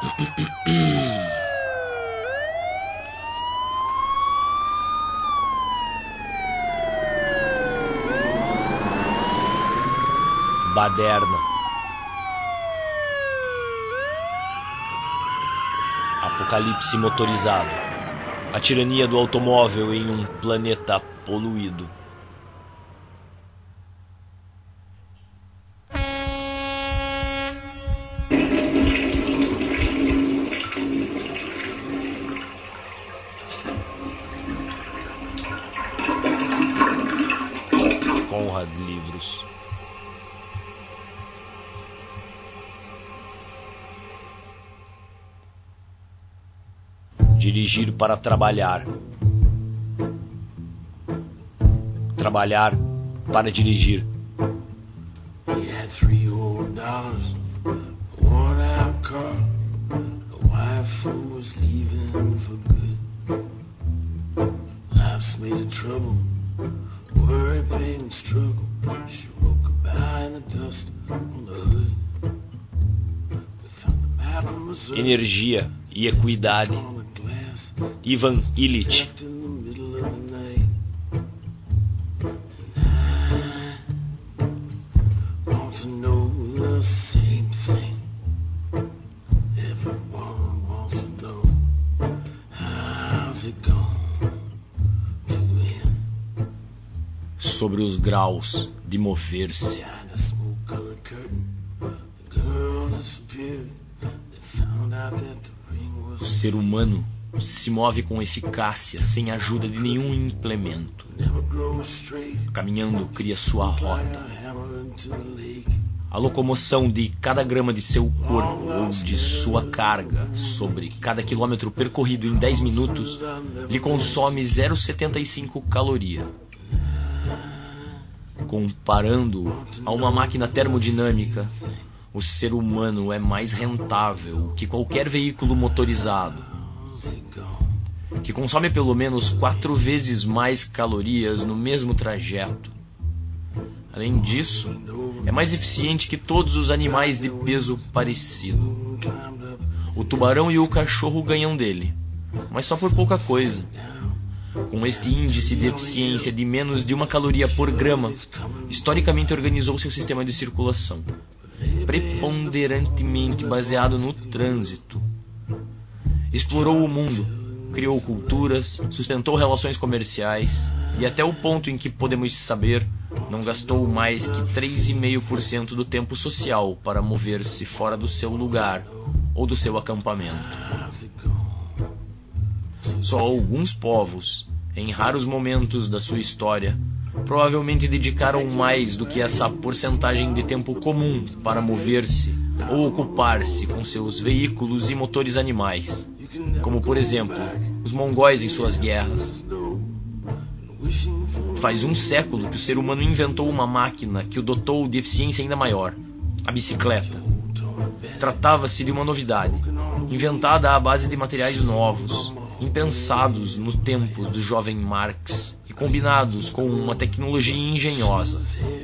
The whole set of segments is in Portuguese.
Baderna. Apocalipse motorizado. A tirania do automóvel em um planeta poluído. Conrad Livros. Dirigir para trabalhar. Trabalhar para dirigir. He had $3 worn out car. The wife who was leaving for good. Life's made of trouble, worry, pain and struggle. She wrote goodbye in the dust on the hood. We found a map of Missouri. Energia e equidade. Ivan Illich. Sobre os graus de mover-se. O ser humano se move com eficácia, sem a ajuda de nenhum implemento. Caminhando, cria sua rota. A locomoção de cada grama de seu corpo ou de sua carga sobre cada quilômetro percorrido em 10 minutos lhe consome 0,75 caloria. Comparando a uma máquina termodinâmica, o ser humano é mais rentável que qualquer veículo motorizado, que consome pelo menos 4 vezes mais calorias no mesmo trajeto. Além disso, é mais eficiente que todos os animais de peso parecido. O tubarão e o cachorro ganham dele, mas só por pouca coisa. Com este índice de eficiência de menos de 1 caloria por grama, historicamente organizou seu sistema de circulação, preponderantemente baseado no trânsito. Explorou o mundo, criou culturas, sustentou relações comerciais e até o ponto em que podemos saber, não gastou mais que 3,5% do tempo social para mover-se fora do seu lugar ou do seu acampamento. Só alguns povos, em raros momentos da sua história, provavelmente dedicaram mais do que essa porcentagem de tempo comum para mover-se ou ocupar-se com seus veículos e motores animais, como por exemplo, os mongóis em suas guerras. Faz um século que o ser humano inventou uma máquina que o dotou de eficiência ainda maior, a bicicleta. Tratava-se de uma novidade, inventada à base de materiais novos, impensados no tempo do jovem Marx e combinados com uma tecnologia engenhosa.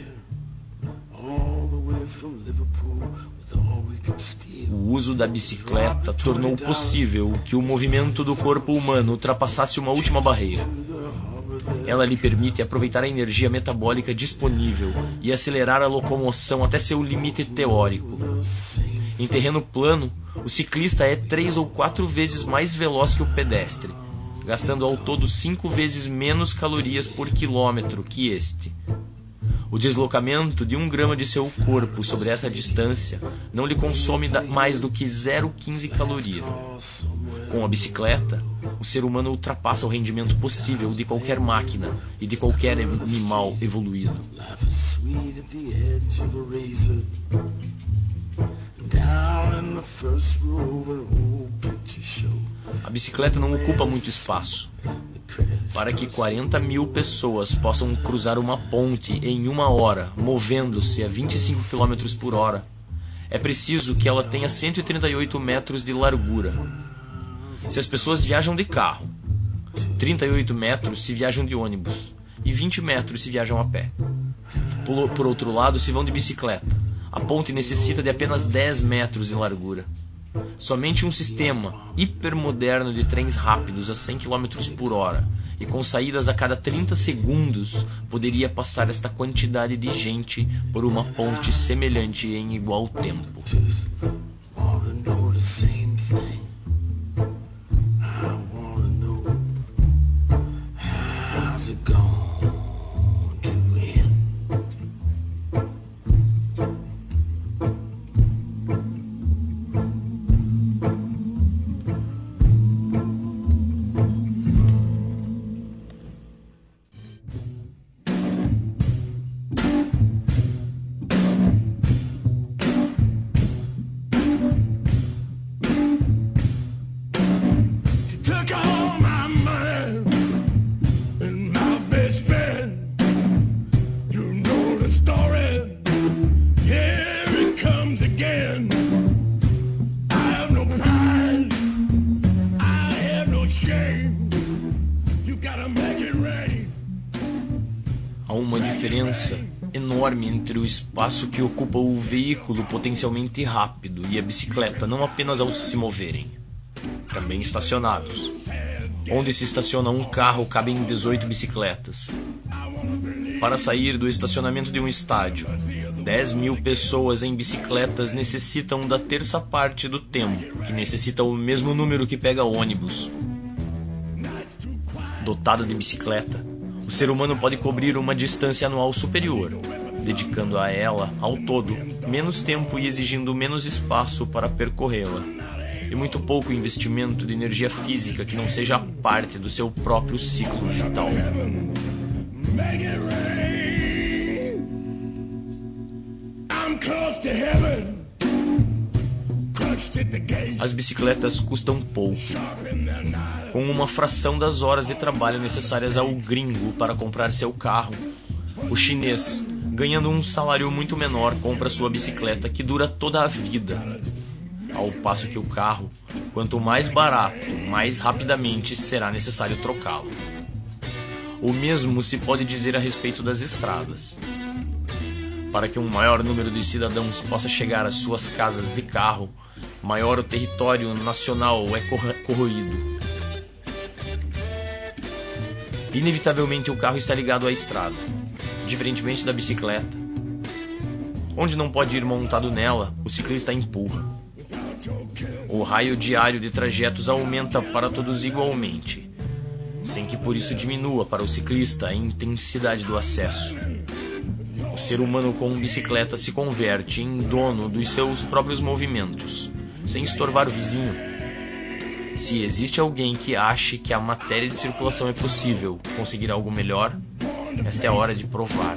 O uso da bicicleta tornou possível que o movimento do corpo humano ultrapassasse uma última barreira. Ela lhe permite aproveitar a energia metabólica disponível e acelerar a locomoção até seu limite teórico. Em terreno plano, o ciclista é 3 ou 4 vezes mais veloz que o pedestre, gastando ao todo 5 vezes menos calorias por quilômetro que este. O deslocamento de 1 grama de seu corpo sobre essa distância não lhe consome mais do que 0,15 calorias. Com a bicicleta, o ser humano ultrapassa o rendimento possível de qualquer máquina e de qualquer animal evoluído. A bicicleta não ocupa muito espaço. Para que 40 mil pessoas possam cruzar uma ponte em 1 hora, movendo-se a 25 km por hora, é preciso que ela tenha 138 metros de largura. Se as pessoas viajam de carro, 38 metros se viajam de ônibus e 20 metros se viajam a pé. Por outro lado, se vão de bicicleta, a ponte necessita de apenas 10 metros de largura. Somente um sistema hipermoderno de trens rápidos a 100 km por hora e com saídas a cada 30 segundos poderia passar esta quantidade de gente por uma ponte semelhante em igual tempo. Há uma diferença enorme entre o espaço que ocupa o veículo potencialmente rápido e a bicicleta, não apenas ao se moverem, também estacionados. Onde se estaciona um carro, cabem 18 bicicletas. Para sair do estacionamento de um estádio, 10.000 pessoas em bicicletas necessitam da terça parte do tempo, que necessita o mesmo número que pega ônibus. Dotado de bicicleta, o ser humano pode cobrir uma distância anual superior, dedicando a ela, ao todo, menos tempo e exigindo menos espaço para percorrê-la, e muito pouco investimento de energia física que não seja parte do seu próprio ciclo vital. As bicicletas custam pouco, com uma fração das horas de trabalho necessárias ao gringo para comprar seu carro. O chinês, ganhando um salário muito menor, compra sua bicicleta que dura toda a vida, ao passo que o carro, quanto mais barato, mais rapidamente será necessário trocá-lo. O mesmo se pode dizer a respeito das estradas. Para que um maior número de cidadãos possa chegar às suas casas de carro, maior o território nacional é corroído. Inevitavelmente o carro está ligado à estrada, diferentemente da bicicleta. Onde não pode ir montado nela, o ciclista empurra. O raio diário de trajetos aumenta para todos igualmente, sem que por isso diminua para o ciclista a intensidade do acesso. O ser humano com bicicleta se converte em dono dos seus próprios movimentos, sem estorvar o vizinho. Se existe alguém que ache que a matéria de circulação é possível conseguir algo melhor, esta é a hora de provar.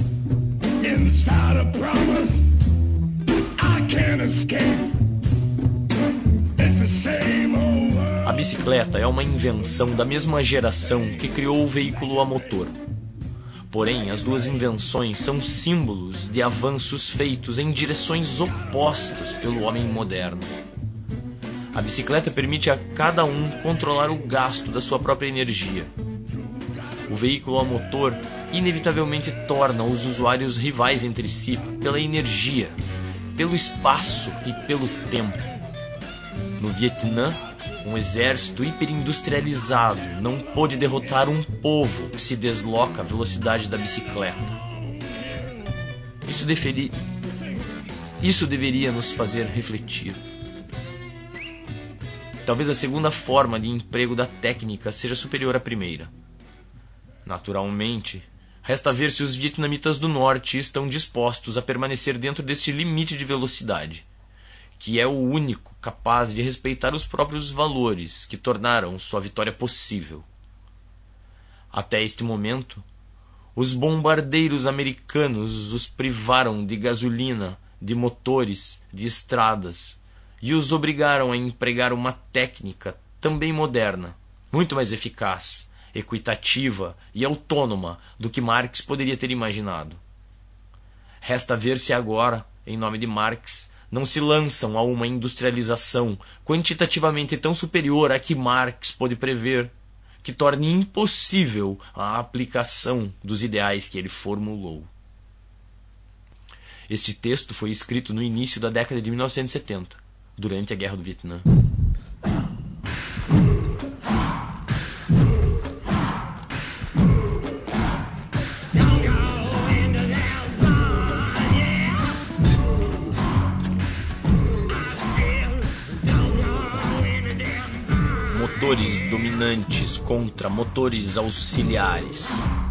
A bicicleta é uma invenção da mesma geração que criou o veículo a motor. Porém, as duas invenções são símbolos de avanços feitos em direções opostas pelo homem moderno. A bicicleta permite a cada um controlar o gasto da sua própria energia. O veículo a motor inevitavelmente torna os usuários rivais entre si pela energia, pelo espaço e pelo tempo. No Vietnã, um exército hiperindustrializado não pôde derrotar um povo que se desloca à velocidade da bicicleta. Isso deveria nos fazer refletir. Talvez a segunda forma de emprego da técnica seja superior à primeira. Naturalmente, resta ver se os vietnamitas do norte estão dispostos a permanecer dentro deste limite de velocidade, que é o único capaz de respeitar os próprios valores que tornaram sua vitória possível. Até este momento, os bombardeiros americanos os privaram de gasolina, de motores, de estradas, e os obrigaram a empregar uma técnica também moderna, muito mais eficaz, equitativa e autônoma do que Marx poderia ter imaginado. Resta ver se agora, em nome de Marx, não se lançam a uma industrialização quantitativamente tão superior à que Marx pôde prever, que torne impossível a aplicação dos ideais que ele formulou. Este texto foi escrito no início da década de 1970, durante a Guerra do Vietnã. Motores dominantes contra motores auxiliares.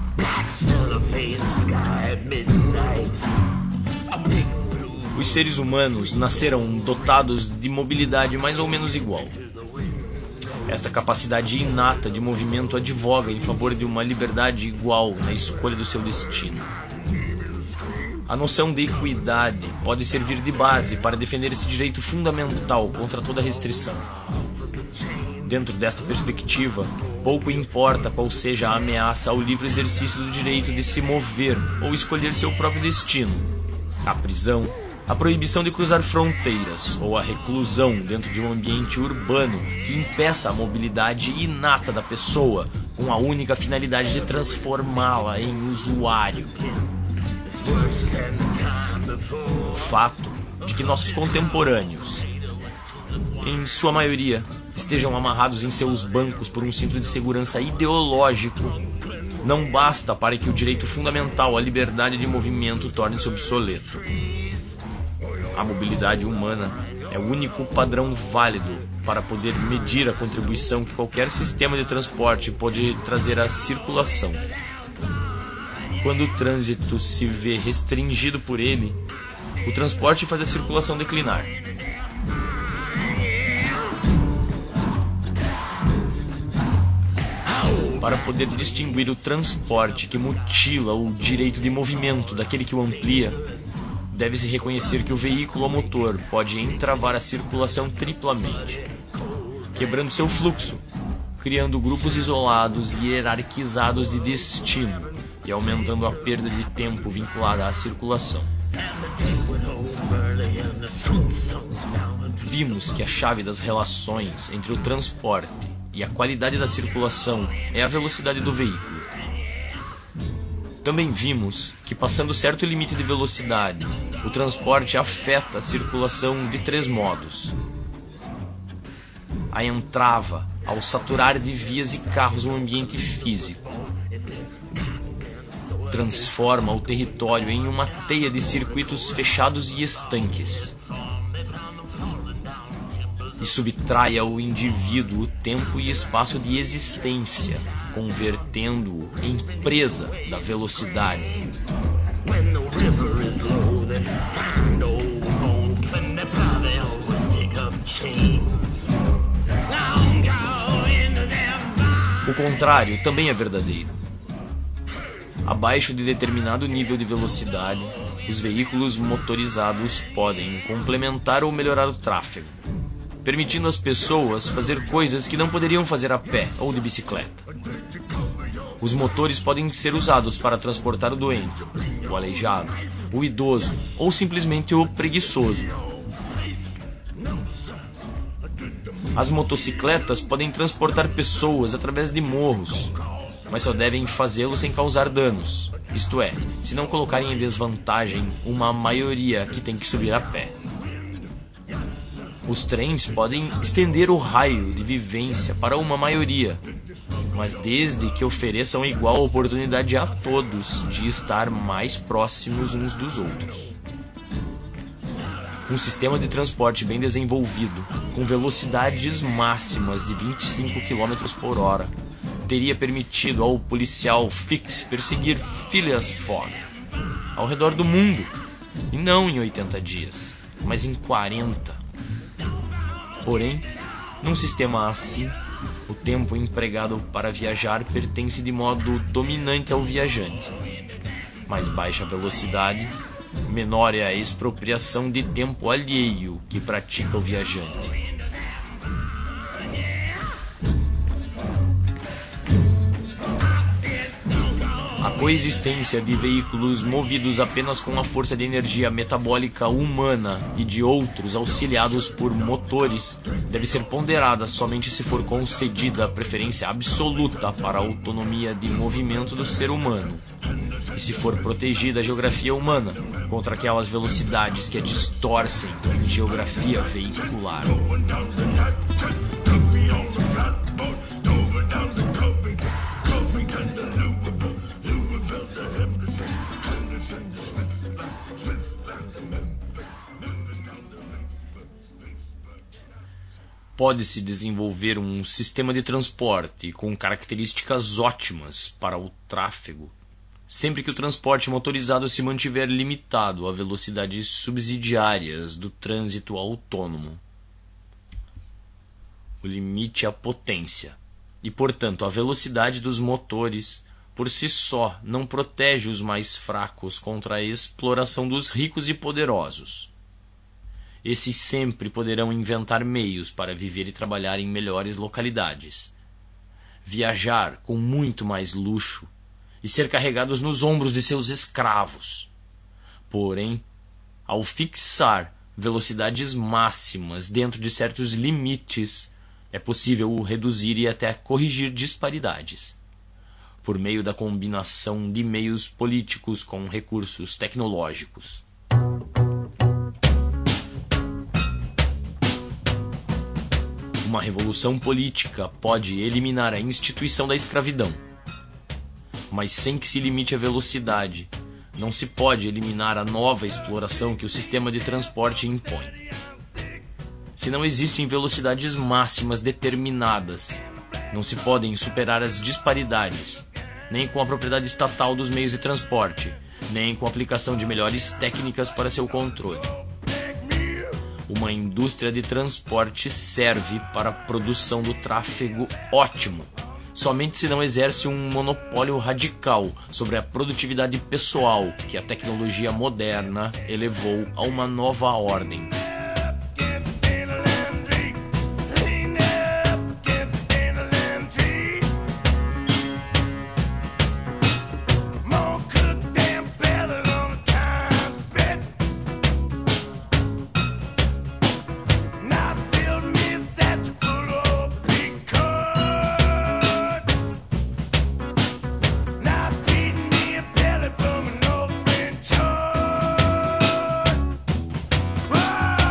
Os seres humanos nasceram dotados de mobilidade mais ou menos igual. Esta capacidade inata de movimento advoga em favor de uma liberdade igual na escolha do seu destino. A noção de equidade pode servir de base para defender esse direito fundamental contra toda restrição. Dentro desta perspectiva, pouco importa qual seja a ameaça ao livre exercício do direito de se mover ou escolher seu próprio destino. A prisão, a proibição de cruzar fronteiras ou a reclusão dentro de um ambiente urbano que impeça a mobilidade inata da pessoa com a única finalidade de transformá-la em usuário. O fato de que nossos contemporâneos, em sua maioria, estejam amarrados em seus bancos por um cinto de segurança ideológico, não basta para que o direito fundamental à liberdade de movimento torne-se obsoleto. A mobilidade humana é o único padrão válido para poder medir a contribuição que qualquer sistema de transporte pode trazer à circulação. Quando o trânsito se vê restringido por ele, o transporte faz a circulação declinar. Para poder distinguir o transporte que mutila o direito de movimento daquele que o amplia, deve-se reconhecer que o veículo a motor pode entravar a circulação triplamente, quebrando seu fluxo, criando grupos isolados e hierarquizados de destino e aumentando a perda de tempo vinculada à circulação. Vimos que a chave das relações entre o transporte e a qualidade da circulação é a velocidade do veículo. Também vimos que, passando certo limite de velocidade, o transporte afeta a circulação de 3 modos. A entrava ao saturar de vias e carros um ambiente físico. Transforma o território em uma teia de circuitos fechados e estanques. E subtrai ao indivíduo o tempo e espaço de existência, convertendo-o em presa da velocidade. O contrário também é verdadeiro. Abaixo de determinado nível de velocidade, os veículos motorizados podem complementar ou melhorar o tráfego, permitindo às pessoas fazer coisas que não poderiam fazer a pé ou de bicicleta. Os motores podem ser usados para transportar o doente, o aleijado, o idoso ou simplesmente o preguiçoso. As motocicletas podem transportar pessoas através de morros, mas só devem fazê-lo sem causar danos, isto é, se não colocarem em desvantagem uma maioria que tem que subir a pé. Os trens podem estender o raio de vivência para uma maioria, mas desde que ofereçam igual oportunidade a todos de estar mais próximos uns dos outros. Um sistema de transporte bem desenvolvido, com velocidades máximas de 25 km por hora, teria permitido ao policial Fix perseguir Phileas Fogg ao redor do mundo, e não em 80 dias, mas em 40. Porém, num sistema assim, o tempo empregado para viajar pertence de modo dominante ao viajante. Mais baixa a velocidade, menor é a expropriação de tempo alheio que pratica o viajante. A coexistência de veículos movidos apenas com a força de energia metabólica humana e de outros auxiliados por motores deve ser ponderada somente se for concedida a preferência absoluta para a autonomia de movimento do ser humano. e se for protegida a geografia humana contra aquelas velocidades que a distorcem em geografia veicular. Pode-se desenvolver um sistema de transporte com características ótimas para o tráfego, sempre que o transporte motorizado se mantiver limitado a velocidades subsidiárias do trânsito autônomo. O limite é a potência, e, portanto, a velocidade dos motores, por si só, não protege os mais fracos contra a exploração dos ricos e poderosos. Esses sempre poderão inventar meios para viver e trabalhar em melhores localidades, viajar com muito mais luxo e ser carregados nos ombros de seus escravos. Porém, ao fixar velocidades máximas dentro de certos limites, é possível reduzir e até corrigir disparidades, por meio da combinação de meios políticos com recursos tecnológicos. Uma revolução política pode eliminar a instituição da escravidão, mas sem que se limite a velocidade, não se pode eliminar a nova exploração que o sistema de transporte impõe. Se não existem velocidades máximas determinadas, não se podem superar as disparidades, nem com a propriedade estatal dos meios de transporte, nem com a aplicação de melhores técnicas para seu controle. Uma indústria de transporte serve para a produção do tráfego ótimo, somente se não exerce um monopólio radical sobre a produtividade pessoal que a tecnologia moderna elevou a uma nova ordem. Whoa!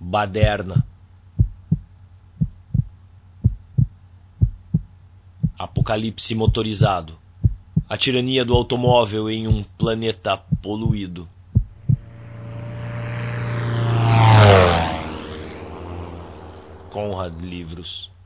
Baderna. Apocalipse motorizado. A tirania do automóvel em um planeta poluído. Conrad Livros.